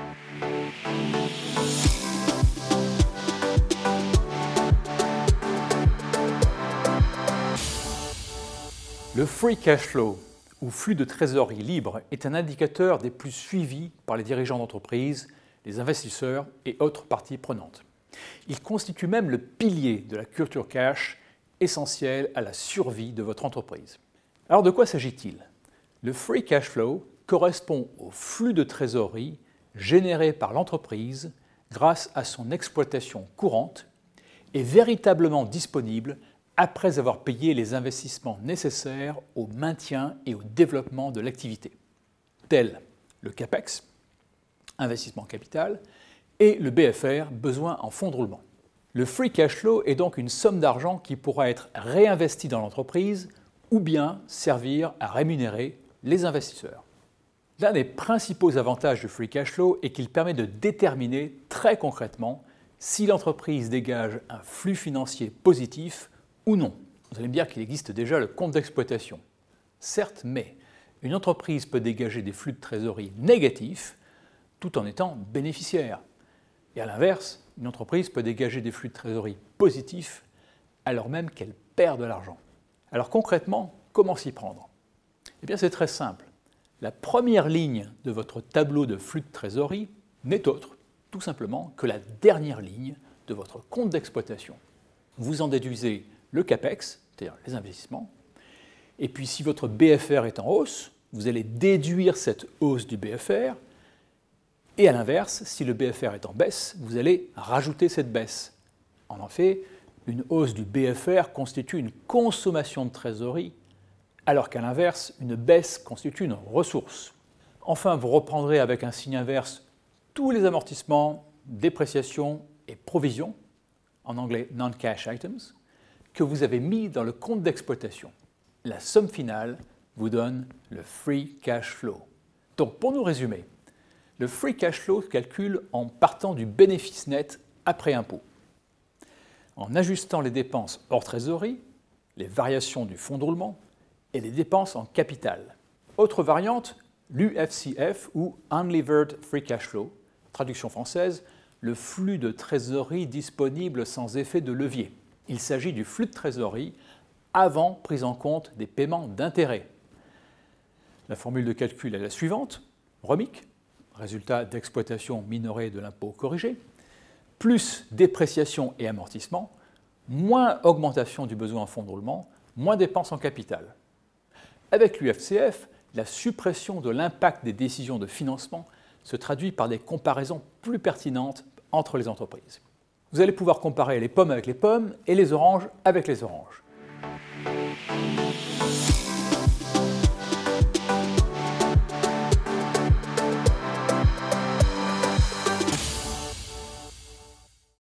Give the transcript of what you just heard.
Le free cash flow, ou flux de trésorerie libre, est un indicateur des plus suivis par les dirigeants d'entreprise, les investisseurs et autres parties prenantes. Il constitue même le pilier de la culture cash, essentiel à la survie de votre entreprise. Alors de quoi s'agit-il? Le free cash flow correspond au flux de trésorerie généré par l'entreprise grâce à son exploitation courante et véritablement disponible après avoir payé les investissements nécessaires au maintien et au développement de l'activité, tels le CAPEX, investissement capital, et le BFR, besoin en fonds de roulement. Le free cash flow est donc une somme d'argent qui pourra être réinvestie dans l'entreprise ou bien servir à rémunérer les investisseurs. L'un des principaux avantages du free cash flow est qu'il permet de déterminer très concrètement si l'entreprise dégage un flux financier positif ou non. Vous allez me dire qu'il existe déjà le compte d'exploitation. Certes, mais une entreprise peut dégager des flux de trésorerie négatifs tout en étant bénéficiaire. Et à l'inverse, une entreprise peut dégager des flux de trésorerie positifs alors même qu'elle perd de l'argent. Alors concrètement, comment s'y prendre? Eh bien c'est très simple. La première ligne de votre tableau de flux de trésorerie n'est autre, tout simplement, que la dernière ligne de votre compte d'exploitation. Vous en déduisez le CAPEX, c'est-à-dire les investissements, et puis si votre BFR est en hausse, vous allez déduire cette hausse du BFR, et à l'inverse, si le BFR est en baisse, vous allez rajouter cette baisse. En fait, une hausse du BFR constitue une consommation de trésorerie, alors qu'à l'inverse, une baisse constitue une ressource. Enfin, vous reprendrez avec un signe inverse tous les amortissements, dépréciations et provisions, en anglais non-cash items, que vous avez mis dans le compte d'exploitation. La somme finale vous donne le free cash flow. Donc, pour nous résumer, le free cash flow se calcule en partant du bénéfice net après impôt, en ajustant les dépenses hors trésorerie, les variations du fonds de roulement et les dépenses en capital. Autre variante, l'UFCF ou Unlevered Free Cash Flow, traduction française, le flux de trésorerie disponible sans effet de levier. Il s'agit du flux de trésorerie avant prise en compte des paiements d'intérêt. La formule de calcul est la suivante, ROMIC, résultat d'exploitation minoré de l'impôt corrigé, plus dépréciation et amortissement, moins augmentation du besoin en fonds de roulement, moins dépenses en capital. Avec l'UFCF, la suppression de l'impact des décisions de financement se traduit par des comparaisons plus pertinentes entre les entreprises. Vous allez pouvoir comparer les pommes avec les pommes et les oranges avec les oranges.